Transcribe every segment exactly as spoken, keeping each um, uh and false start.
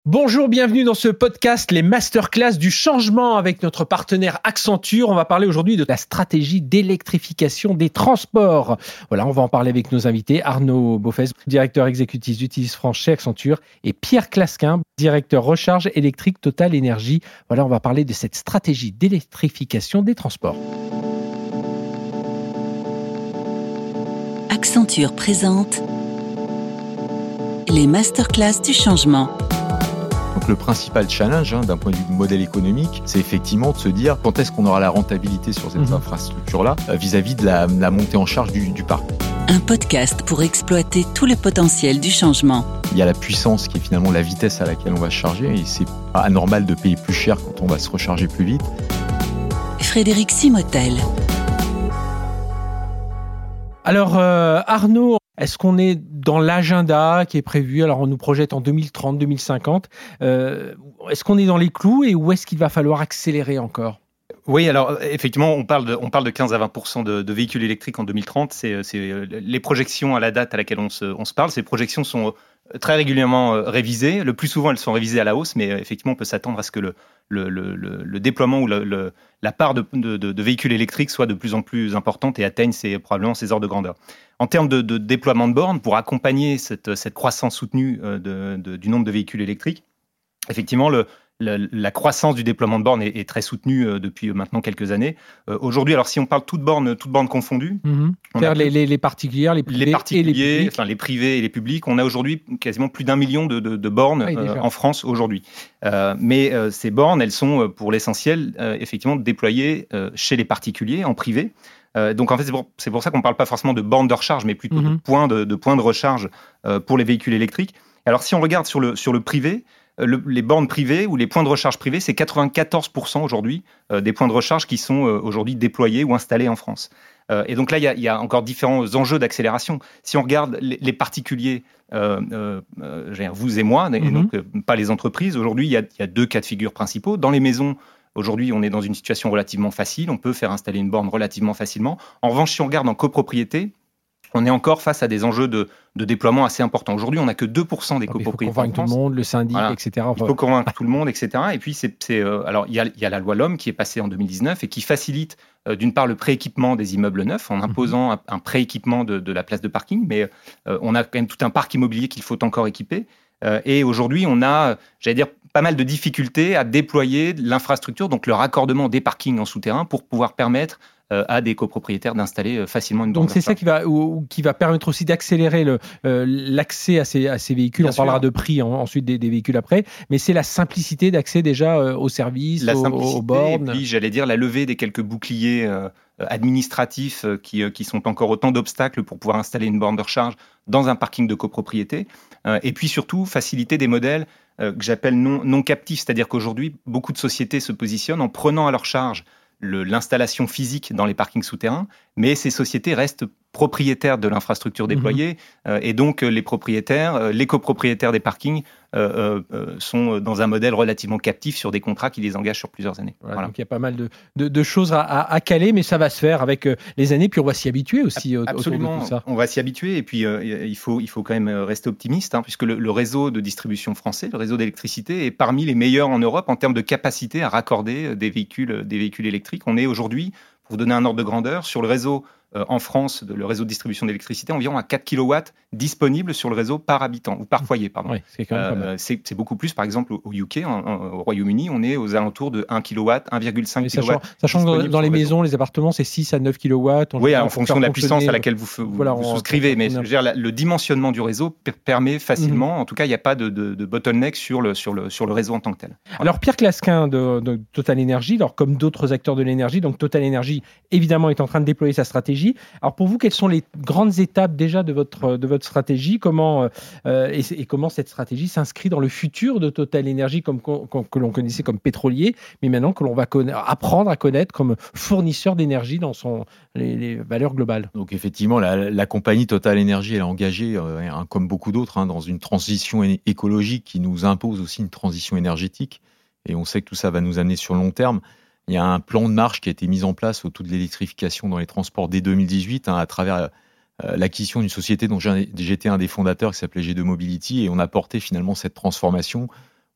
Bonjour, bienvenue dans ce podcast, les masterclass du changement avec notre partenaire Accenture. On va parler aujourd'hui de la stratégie d'électrification des transports. Voilà, on va en parler avec nos invités. Arnaud Beaufès, directeur exécutif d'Utilis France chez Accenture, et Pierre Clasquin, directeur recharge électrique Total Énergie. Voilà, on va parler de cette stratégie d'électrification des transports. Accenture présente les masterclass du changement. Donc le principal challenge, hein, d'un point de vue modèle économique, c'est effectivement de se dire quand est-ce qu'on aura la rentabilité sur cette mmh. infrastructure-là euh, vis-à-vis de la, la montée en charge du, du parc. Un podcast pour exploiter tout le potentiel du changement. Il y a la puissance qui est finalement la vitesse à laquelle on va se charger et c'est pas anormal de payer plus cher quand on va se recharger plus vite. Frédéric Simotel. Alors euh, Arnaud, est-ce qu'on est dans l'agenda qui est prévu? Alors on nous projette en deux mille trente, deux mille cinquante. Euh, est-ce qu'on est dans les clous et où est-ce qu'il va falloir accélérer encore? Oui, alors effectivement, on parle de, on parle de quinze à vingt pour cent de, de véhicules électriques en deux mille trente. C'est, c'est les projections à la date à laquelle on se, on se parle. Ces projections sont très régulièrement révisées. Le plus souvent, elles sont révisées à la hausse, mais effectivement, on peut s'attendre à ce que le, le, le, le déploiement ou le, le, la part de, de, de véhicules électriques soit de plus en plus importante et atteigne ces, probablement ces ordres de grandeur. En termes de, de déploiement de bornes, pour accompagner cette, cette croissance soutenue de, de, du nombre de véhicules électriques, effectivement, le, la, la croissance du déploiement de bornes est, est très soutenue depuis maintenant quelques années. Euh, aujourd'hui, alors si on parle toutes bornes, toutes bornes confondues, mmh. on a les, les, les particulières, les privés, les particuliers, et les enfin les privés et les publics, on a aujourd'hui quasiment plus d'un million de, de, de bornes oui, euh, en France aujourd'hui. Euh, mais euh, ces bornes, elles sont pour l'essentiel euh, effectivement déployées euh, chez les particuliers en privé. Euh, donc en fait, c'est pour, c'est pour ça qu'on ne parle pas forcément de bornes de recharge, mais plutôt mmh. de points de, de points de recharge euh, pour les véhicules électriques. Alors si on regarde sur le, sur le privé, le, les bornes privées ou les points de recharge privés, c'est quatre-vingt-quatorze pour cent aujourd'hui euh, des points de recharge qui sont euh, aujourd'hui déployés ou installés en France. Euh, et donc là, il y a, il y a encore différents enjeux d'accélération. Si on regarde les, les particuliers, euh, euh, euh, vous et moi, mmh. et donc euh, pas les entreprises, aujourd'hui, il y, a, il y a deux cas de figure principaux. Dans les maisons, aujourd'hui, on est dans une situation relativement facile. On peut faire installer une borne relativement facilement. En revanche, si on regarde en copropriété, on est encore face à des enjeux de, de déploiement assez importants. Aujourd'hui, on n'a que deux pour cent des copropriétés. Il faut convaincre tout le monde, le syndic, voilà. et cetera. Il faut convaincre tout le monde, et cetera. Et puis, c'est, c'est, euh, alors, il y a, il y a la loi L'Homme qui est passée en deux mille dix-neuf et qui facilite, euh, d'une part, le prééquipement des immeubles neufs en imposant mmh. un, un prééquipement de, de la place de parking. Mais euh, on a quand même tout un parc immobilier qu'il faut encore équiper. Euh, et aujourd'hui, on a, j'allais dire, pas mal de difficultés à déployer l'infrastructure, donc le raccordement des parkings en souterrain pour pouvoir permettre euh, à des copropriétaires d'installer facilement une borne. Donc c'est ça qui va, ou, qui va permettre aussi d'accélérer le, euh, l'accès à ces, à ces véhicules. Bien On sûr. Parlera de prix en, ensuite des, des véhicules après, mais c'est la simplicité d'accès déjà euh, aux services, la aux, aux bornes. Et puis j'allais dire la levée des quelques boucliers euh, administratifs euh, qui, euh, qui sont encore autant d'obstacles pour pouvoir installer une borne de recharge dans un parking de copropriété. Euh, et puis surtout faciliter des modèles euh, que j'appelle non, non captifs, c'est-à-dire qu'aujourd'hui beaucoup de sociétés se positionnent en prenant à leur charge le, l'installation physique dans les parkings souterrains, mais ces sociétés restent propriétaires de l'infrastructure déployée, mmh. euh, et donc euh, les propriétaires, euh, les copropriétaires des parkings euh, euh, sont dans un modèle relativement captif sur des contrats qui les engagent sur plusieurs années. Voilà, voilà. Donc il y a pas mal de, de, de choses à, à, à caler, mais ça va se faire avec euh, les années, puis on va s'y habituer aussi. Absolument, autour de tout ça. On va s'y habituer, et puis euh, il, faut, il faut quand même rester optimiste, hein, puisque le, le réseau de distribution français, le réseau d'électricité, est parmi les meilleurs en Europe en termes de capacité à raccorder des véhicules, des véhicules électriques. On est aujourd'hui, pour vous donner un ordre de grandeur, sur le réseau euh, en France, de, le réseau de distribution d'électricité, environ à quatre kilowatts disponibles sur le réseau par habitant, ou par foyer, pardon. Oui, c'est, quand même pas mal. Euh, c'est, c'est beaucoup plus, par exemple, au U K, en, en, au Royaume-Uni, on est aux alentours de un kilowatt, un virgule cinq kilowatts. Sachant que dans les maisons, les appartements, c'est six à neuf kilowatts. Oui, en fonction de la puissance à laquelle vous, vous, voilà, vous souscrivez. Mais je veux dire, le dimensionnement du réseau permet facilement, mmh. en tout cas, il n'y a pas de, de, de bottleneck sur le, sur, le, sur le réseau en tant que tel. Voilà. Alors, Pierre Clasquin de, de Total Énergie, alors, comme d'autres acteurs de l'énergie, donc Total Énergie, évidemment, est en train de déployer sa stratégie. Alors, pour vous, quelles sont les grandes étapes déjà de votre, de votre stratégie? Comment, euh, et, et comment cette stratégie s'inscrit dans le futur de Total Énergie comme, comme, que l'on connaissait comme pétrolier, mais maintenant que l'on va conna- apprendre à connaître comme fournisseur d'énergie dans son, les, les valeurs globales? Donc effectivement, la, la compagnie Total Énergie, elle est engagée, euh, hein, comme beaucoup d'autres, hein, dans une transition é- écologique qui nous impose aussi une transition énergétique. Et on sait que tout ça va nous amener sur le long terme. Il y a un plan de marche qui a été mis en place autour de l'électrification dans les transports dès deux mille dix-huit, hein, à travers euh, l'acquisition d'une société dont j'étais un des fondateurs qui s'appelait G deux Mobility, et on a porté finalement cette transformation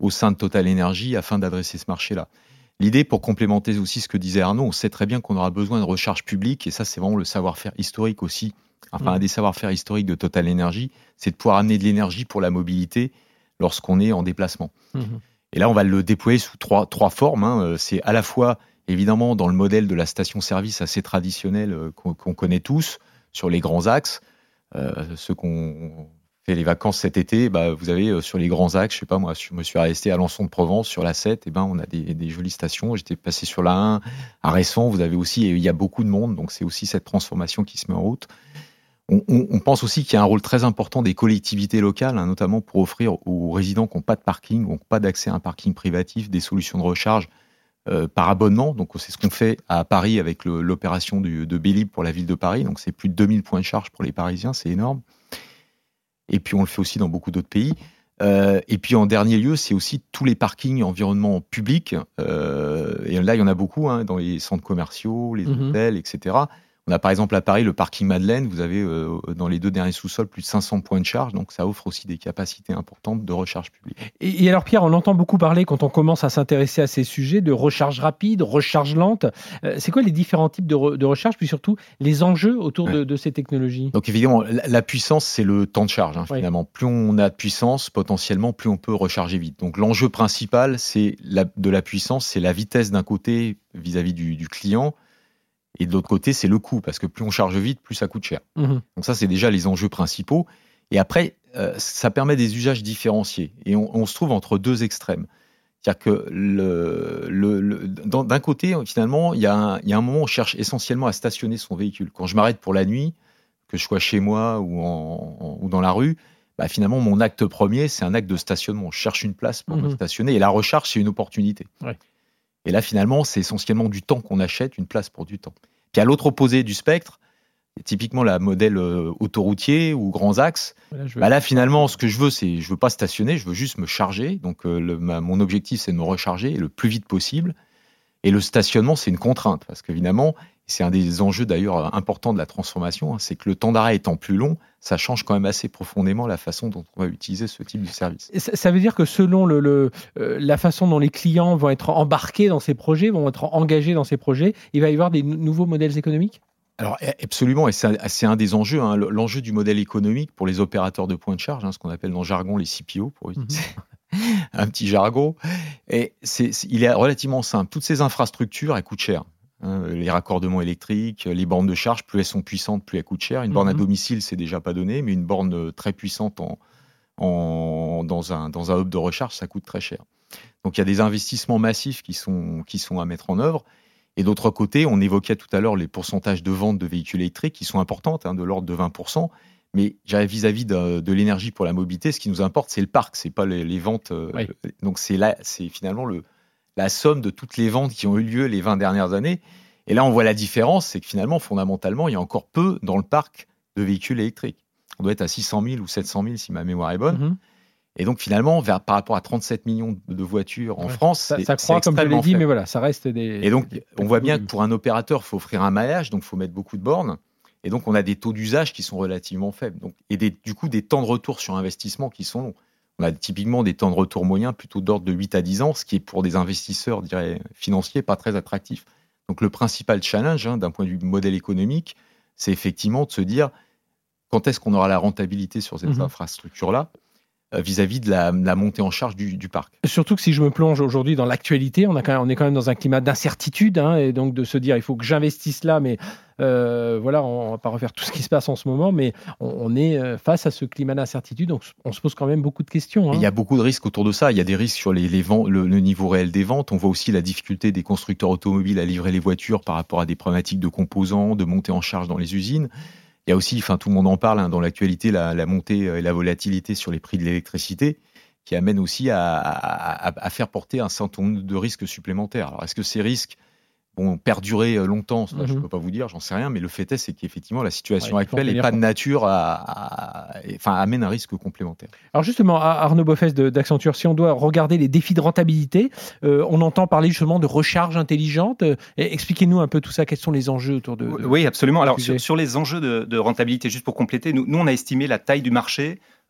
au sein de Total Energy afin d'adresser ce marché-là. L'idée, pour complémenter aussi ce que disait Arnaud, on sait très bien qu'on aura besoin de recharge publique, et ça, c'est vraiment le savoir-faire historique aussi. Enfin, mmh. un des savoir-faire historiques de Total Energy, c'est de pouvoir amener de l'énergie pour la mobilité lorsqu'on est en déplacement. Mmh. Et là, on va le déployer sous trois, trois formes. Hein. C'est à la fois, évidemment, dans le modèle de la station-service assez traditionnel euh, qu'on, qu'on connaît tous, sur les grands axes. Euh, ceux qu'on fait les vacances cet été, bah, vous avez euh, sur les grands axes, je sais pas moi, je me suis resté à Alençon de Provence, sur la sept, et ben, on a des, des jolies stations. J'étais passé sur la un, à Resson, vous avez aussi, il y a beaucoup de monde, donc c'est aussi cette transformation qui se met en route. On, on, on pense aussi qu'il y a un rôle très important des collectivités locales, hein, notamment pour offrir aux résidents qui n'ont pas de parking, qui n'ont pas d'accès à un parking privatif, des solutions de recharge euh, par abonnement. Donc c'est ce qu'on fait à Paris avec le, l'opération du, de Bélib pour la ville de Paris. Donc c'est plus de deux mille points de charge pour les Parisiens, c'est énorme. Et puis on le fait aussi dans beaucoup d'autres pays. Euh, et puis en dernier lieu, c'est aussi tous les parkings environnement publics. Euh, et là, il y en a beaucoup hein, dans les centres commerciaux, les mmh. hôtels, et cetera. On a par exemple à Paris le parking Madeleine, vous avez euh, dans les deux derniers sous-sols plus de cinq cents points de charge, donc ça offre aussi des capacités importantes de recharge publique. Et, et alors Pierre, on entend beaucoup parler quand on commence à s'intéresser à ces sujets de recharge rapide, recharge lente. Euh, c'est quoi les différents types de, re, de recharge, puis surtout les enjeux autour ouais. de, de ces technologies? Donc évidemment, la, la puissance, c'est le temps de charge hein, finalement. Ouais. Plus on a de puissance, potentiellement, plus on peut recharger vite. Donc l'enjeu principal, c'est la, de la puissance, c'est la vitesse d'un côté vis-à-vis du, du client. Et de l'autre côté, c'est le coût, parce que plus on charge vite, plus ça coûte cher. Mmh. Donc ça, c'est déjà les enjeux principaux. Et après, euh, ça permet des usages différenciés. Et on, on se trouve entre deux extrêmes. C'est-à-dire que le, le, le, dans, d'un côté, finalement, il y, a un, il y a un moment où on cherche essentiellement à stationner son véhicule. Quand je m'arrête pour la nuit, que je sois chez moi ou, en, en, ou dans la rue, bah finalement, mon acte premier, c'est un acte de stationnement. Je cherche une place pour mmh. me stationner. Et la recharge, c'est une opportunité. Ouais. Et là, finalement, c'est essentiellement du temps qu'on achète, une place pour du temps. Puis à l'autre opposé du spectre, typiquement la modèle euh, autoroutier ou grands axes, voilà, veux... bah là, finalement, ce que je veux, c'est, je veux pas stationner, je veux juste me charger. Donc, euh, le, ma, mon objectif, c'est de me recharger le plus vite possible. Et le stationnement, c'est une contrainte, parce qu'évidemment, c'est un des enjeux d'ailleurs importants de la transformation, hein, c'est que le temps d'arrêt étant plus long, ça change quand même assez profondément la façon dont on va utiliser ce type de service. Ça, ça veut dire que selon le, le, euh, la façon dont les clients vont être embarqués dans ces projets, vont être engagés dans ces projets, il va y avoir des n- nouveaux modèles économiques ? Alors absolument, et c'est un, c'est un des enjeux, hein, l'enjeu du modèle économique pour les opérateurs de points de charge, hein, ce qu'on appelle dans le jargon les C P O, pour utiliser mmh. un petit jargon. Et c'est, c'est, il est relativement simple. Toutes ces infrastructures, elles coûtent cher. Hein, les raccordements électriques, les bornes de charge, plus elles sont puissantes, plus elles coûtent cher. Une borne mmh. à domicile, c'est déjà pas donné, mais une borne très puissante en, en, dans, un, dans un hub de recharge, ça coûte très cher. Donc il y a des investissements massifs qui sont, qui sont à mettre en œuvre. Et d'autre côté, on évoquait tout à l'heure les pourcentages de vente de véhicules électriques qui sont importantes, hein, de l'ordre de vingt pour cent. Mais vis-à-vis de, de l'énergie pour la mobilité, ce qui nous importe, c'est le parc, c'est pas les, les ventes. Euh, oui. Donc c'est là, c'est finalement le, la somme de toutes les ventes qui ont eu lieu les vingt dernières années. Et là, on voit la différence, c'est que finalement, fondamentalement, il y a encore peu dans le parc de véhicules électriques. On doit être à six cent mille ou sept cent mille si ma mémoire est bonne. Mm-hmm. Et donc finalement, vers, par rapport à trente-sept millions de voitures en ouais, France, ça, c'est, ça croît, c'est extrêmement comme je l'ai dit, faible. Mais voilà, ça reste des. Et donc, des, on voit bien que pour un opérateur, il faut offrir un maillage, donc il faut mettre beaucoup de bornes. Et donc, on a des taux d'usage qui sont relativement faibles. Donc, et des, du coup, des temps de retour sur investissement qui sont longs. On a typiquement des temps de retour moyens plutôt d'ordre de huit à dix ans, ce qui est pour des investisseurs, je dirais, financiers, pas très attractif. Donc, le principal challenge, hein, d'un point de vue modèle économique, c'est effectivement de se dire quand est-ce qu'on aura la rentabilité sur cette mmh. infrastructure-là vis-à-vis de la, la montée en charge du, du parc. Surtout que si je me plonge aujourd'hui dans l'actualité, on, a quand même, on est quand même dans un climat d'incertitude, hein, et donc de se dire il faut que j'investisse là, mais euh, voilà, on ne va pas refaire tout ce qui se passe en ce moment, mais on, on est face à ce climat d'incertitude, donc on se pose quand même beaucoup de questions. Hein. Il y a beaucoup de risques autour de ça. Il y a des risques sur les, les ventes, le, le niveau réel des ventes. On voit aussi la difficulté des constructeurs automobiles à livrer les voitures par rapport à des problématiques de composants, de montée en charge dans les usines. Il y a aussi, enfin tout le monde en parle hein, dans l'actualité, la, la montée et la volatilité sur les prix de l'électricité qui amène aussi à, à, à, à faire porter un certain nombre de risques supplémentaires. Alors est-ce que ces risques vont perdurer longtemps ? Ça, mm-hmm. Je ne peux pas vous dire, j'en sais rien, mais le fait est, c'est qu'effectivement la situation ouais, actuelle n'est pas de nature à, à, à, enfin, amène un risque complémentaire. Alors justement, Arnaud Beaufès d'Accenture, si on doit regarder les défis de rentabilité, euh, on entend parler justement de recharge intelligente. Euh, expliquez-nous un peu tout ça, quels sont les enjeux autour de... de oui, absolument. Alors sur, sur les enjeux de, de rentabilité, juste pour compléter, nous, nous on a estimé la taille du marché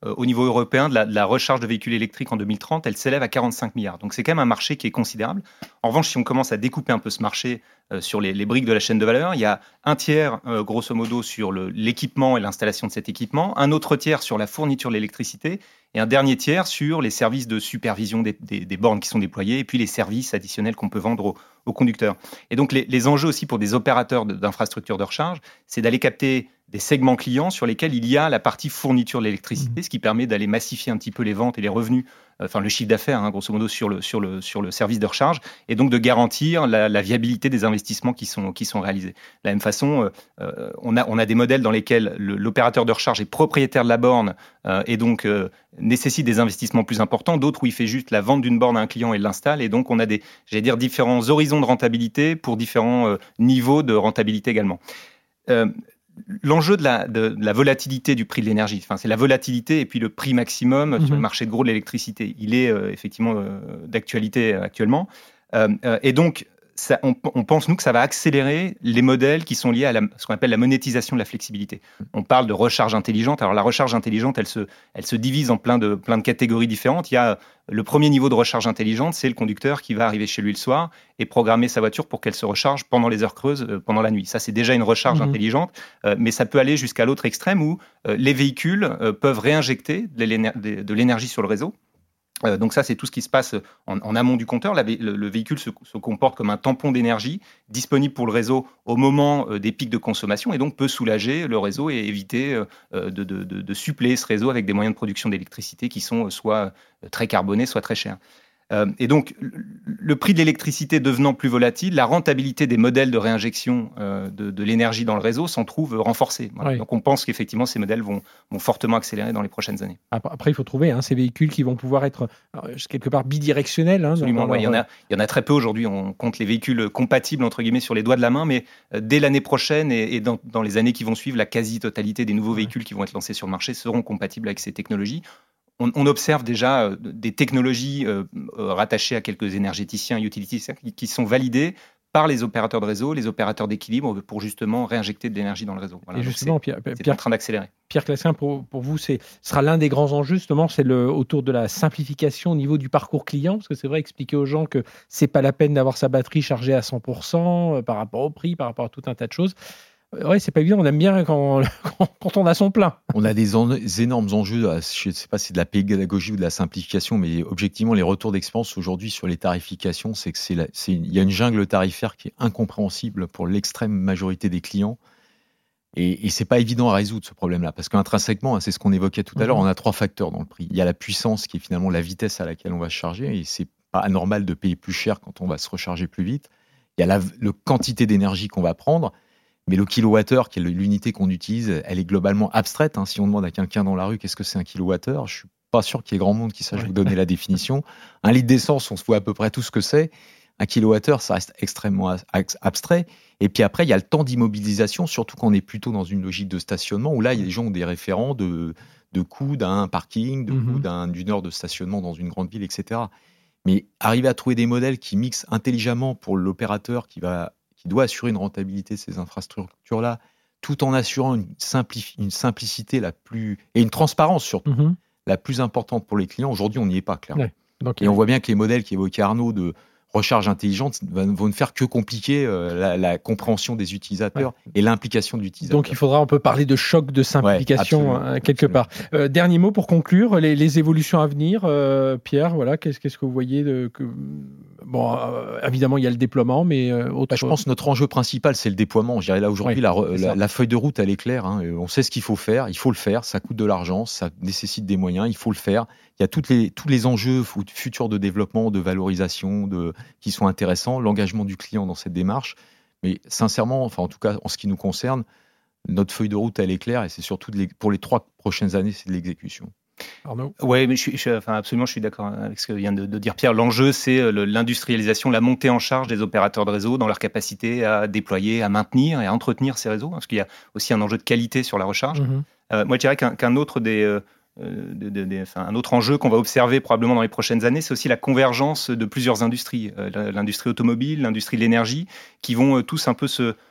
euh, au niveau européen de la, de la recharge de véhicules électriques en deux mille trente, elle s'élève à quarante-cinq milliards. Donc c'est quand même un marché qui est considérable. En revanche, si on commence à découper un peu ce marché euh, sur les, les briques de la chaîne de valeur, il y a un tiers, euh, grosso modo, sur le, l'équipement et l'installation de cet équipement, un autre tiers sur la fourniture de l'électricité, et un dernier tiers sur les services de supervision des, des, des bornes qui sont déployées, et puis les services additionnels qu'on peut vendre aux, aux conducteurs. Et donc les, les enjeux aussi pour des opérateurs de, d'infrastructures de recharge, c'est d'aller capter des segments clients sur lesquels il y a la partie fourniture de l'électricité, mmh. ce qui permet d'aller massifier un petit peu les ventes et les revenus, euh, enfin le chiffre d'affaires, hein, grosso modo, sur le, sur, le, sur le service de recharge, et donc de garantir la, la viabilité des investissements qui sont, qui sont réalisés. De la même façon, euh, on, a, on a des modèles dans lesquels le, l'opérateur de recharge est propriétaire de la borne euh, et donc euh, nécessite des investissements plus importants, d'autres où il fait juste la vente d'une borne à un client et l'installe, et donc on a des, j'allais dire, différents horizons de rentabilité pour différents euh, niveaux de rentabilité également. Euh, L'enjeu de la, de, de la volatilité du prix de l'énergie, enfin, c'est la volatilité et puis le prix maximum mmh. sur le marché de gros de l'électricité. Il est euh, effectivement euh, d'actualité euh, actuellement. Euh, euh, et donc, ça, on, on pense, nous, que ça va accélérer les modèles qui sont liés à la, ce qu'on appelle la monétisation de la flexibilité. On parle de recharge intelligente. Alors, la recharge intelligente, elle se, elle se divise en plein de, plein de catégories différentes. Il y a le premier niveau de recharge intelligente, c'est le conducteur qui va arriver chez lui le soir et programmer sa voiture pour qu'elle se recharge pendant les heures creuses, euh, pendant la nuit. Ça, c'est déjà une recharge mmh. intelligente, euh, mais ça peut aller jusqu'à l'autre extrême où euh, les véhicules euh, peuvent réinjecter de, l'éner- de l'énergie sur le réseau. Euh, donc ça, c'est tout ce qui se passe en, en amont du compteur. La, le, le véhicule se, se comporte comme un tampon d'énergie disponible pour le réseau au moment euh, des pics de consommation et donc peut soulager le réseau et éviter euh, de, de, de, de suppléer ce réseau avec des moyens de production d'électricité qui sont soit très carbonés, soit très chers. Euh, et donc, le prix de l'électricité devenant plus volatile, la rentabilité des modèles de réinjection euh, de, de l'énergie dans le réseau s'en trouve renforcée. Voilà. Oui. Donc, on pense qu'effectivement, ces modèles vont, vont fortement accélérer dans les prochaines années. Après, il faut trouver hein, ces véhicules qui vont pouvoir être quelque part bidirectionnels. Hein, Absolument, dans ouais, leur... il, y en a, il y en a très peu aujourd'hui. On compte les véhicules compatibles, entre guillemets, sur les doigts de la main, mais euh, dès l'année prochaine et, et dans, dans les années qui vont suivre, la quasi-totalité des nouveaux ouais. véhicules qui vont être lancés sur le marché seront compatibles avec ces technologies. On, on observe déjà euh, des technologies euh, euh, rattachées à quelques énergéticiens et utiliticiens qui, qui sont validées par les opérateurs de réseau, les opérateurs d'équilibre, pour justement réinjecter de l'énergie dans le réseau. Voilà, et justement, c'est, Pierre, c'est Pierre, en train d'accélérer. Pierre Classin, pour, pour vous, c'est sera l'un des grands enjeux, justement, c'est le, autour de la simplification au niveau du parcours client, parce que c'est vrai, expliquer aux gens que c'est pas la peine d'avoir sa batterie chargée à cent pour cent euh, par rapport au prix, par rapport à tout un tas de choses. Ouais, c'est pas évident. On aime bien quand, quand on a son plein. On a des, en, des énormes enjeux. Je ne sais pas si c'est de la pédagogie ou de la simplification, mais objectivement, les retours d'expérience aujourd'hui sur les tarifications, c'est que c'est, la, c'est il y a une jungle tarifaire qui est incompréhensible pour l'extrême majorité des clients. Et, et c'est pas évident à résoudre ce problème-là, parce qu'intrinsèquement, hein, c'est ce qu'on évoquait tout à mmh. l'heure, on a trois facteurs dans le prix. Il y a la puissance, qui est finalement la vitesse à laquelle on va se charger, et c'est pas anormal de payer plus cher quand on va se recharger plus vite. Il y a la, la quantité d'énergie qu'on va prendre. Mais le kilowattheure, qui est l'unité qu'on utilise, elle est globalement abstraite. Hein. Si on demande à quelqu'un dans la rue qu'est-ce que c'est un kilowattheure, je suis pas sûr qu'il y ait grand monde qui sache ouais. vous donner la définition. Un litre d'essence, on se voit à peu près tout ce que c'est. Un kilowattheure, ça reste extrêmement abstrait. Et puis après, il y a le temps d'immobilisation, surtout quand on est plutôt dans une logique de stationnement, où là, les gens ont des référents de, de coût d'un parking, de mm-hmm. coût d'un, d'une heure de stationnement dans une grande ville, et cetera. Mais arriver à trouver des modèles qui mixent intelligemment pour l'opérateur qui va qui doit assurer une rentabilité de ces infrastructures-là, tout en assurant une, simpli- une simplicité la plus... et une transparence surtout, mmh. la plus importante pour les clients. Aujourd'hui, on n'y est pas, clairement. Ouais. Donc, et euh... on voit bien que les modèles qu'évoquait Arnaud de recharge intelligente vont ne faire que compliquer euh, la, la compréhension des utilisateurs ouais. et l'implication de l'utilisateur. Donc, il faudra, on peut parler de choc de simplification ouais, hein, quelque absolument. part. Euh, dernier mot pour conclure, les, les évolutions à venir. Euh, Pierre, voilà, qu'est-ce, qu'est-ce que vous voyez de, que... Bon, euh, évidemment, il y a le déploiement, mais euh, autre... bah, je pense que notre enjeu principal, c'est le déploiement. Je dirais là, aujourd'hui, oui, la, la, la feuille de route, elle est claire. Hein. On sait ce qu'il faut faire. Il faut le faire. Ça coûte de l'argent. Ça nécessite des moyens. Il faut le faire. Il y a toutes les, tous les enjeux futurs de développement, de valorisation, de, qui sont intéressants. L'engagement du client dans cette démarche. Mais sincèrement, enfin, en tout cas, en ce qui nous concerne, notre feuille de route, elle est claire. Et c'est surtout, de pour les trois prochaines années, c'est de l'exécution. Arnaud ? Oui, mais je suis, je, enfin, absolument, je suis d'accord avec ce que vient de, de dire Pierre. L'enjeu, c'est le, l'industrialisation, la montée en charge des opérateurs de réseau dans leur capacité à déployer, à maintenir et à entretenir ces réseaux, parce qu'il y a aussi un enjeu de qualité sur la recharge. Mm-hmm. Euh, moi, je dirais qu'un, qu'un autre des... Euh, De, de, de, enfin, un autre enjeu qu'on va observer probablement dans les prochaines années, c'est aussi la convergence de plusieurs industries, euh, l'industrie automobile, l'industrie de l'énergie, qui vont euh, tous un peu se,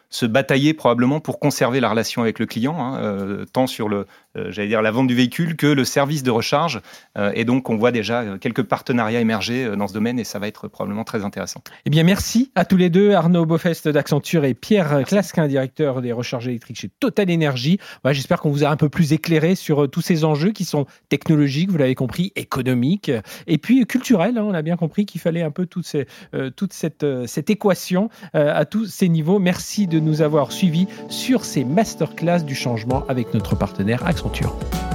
se batailler probablement pour conserver la relation avec le client, hein, euh, tant sur le, euh, j'allais dire la vente du véhicule que le service de recharge. Euh, et donc, on voit déjà quelques partenariats émerger dans ce domaine et ça va être probablement très intéressant. Eh bien, merci à tous les deux, Arnaud Beaufest d'Accenture et Pierre Clasquin, directeur des recharges électriques chez Total Energy. Ouais, j'espère qu'on vous a un peu plus éclairé sur euh, tous ces enjeux qui sont technologiques, vous l'avez compris, économiques, et puis culturels. Hein, on a bien compris qu'il fallait un peu toutes ces, euh, toute cette, euh, cette équation euh, à tous ces niveaux. Merci de nous avoir suivis sur ces masterclass du changement avec notre partenaire Accenture.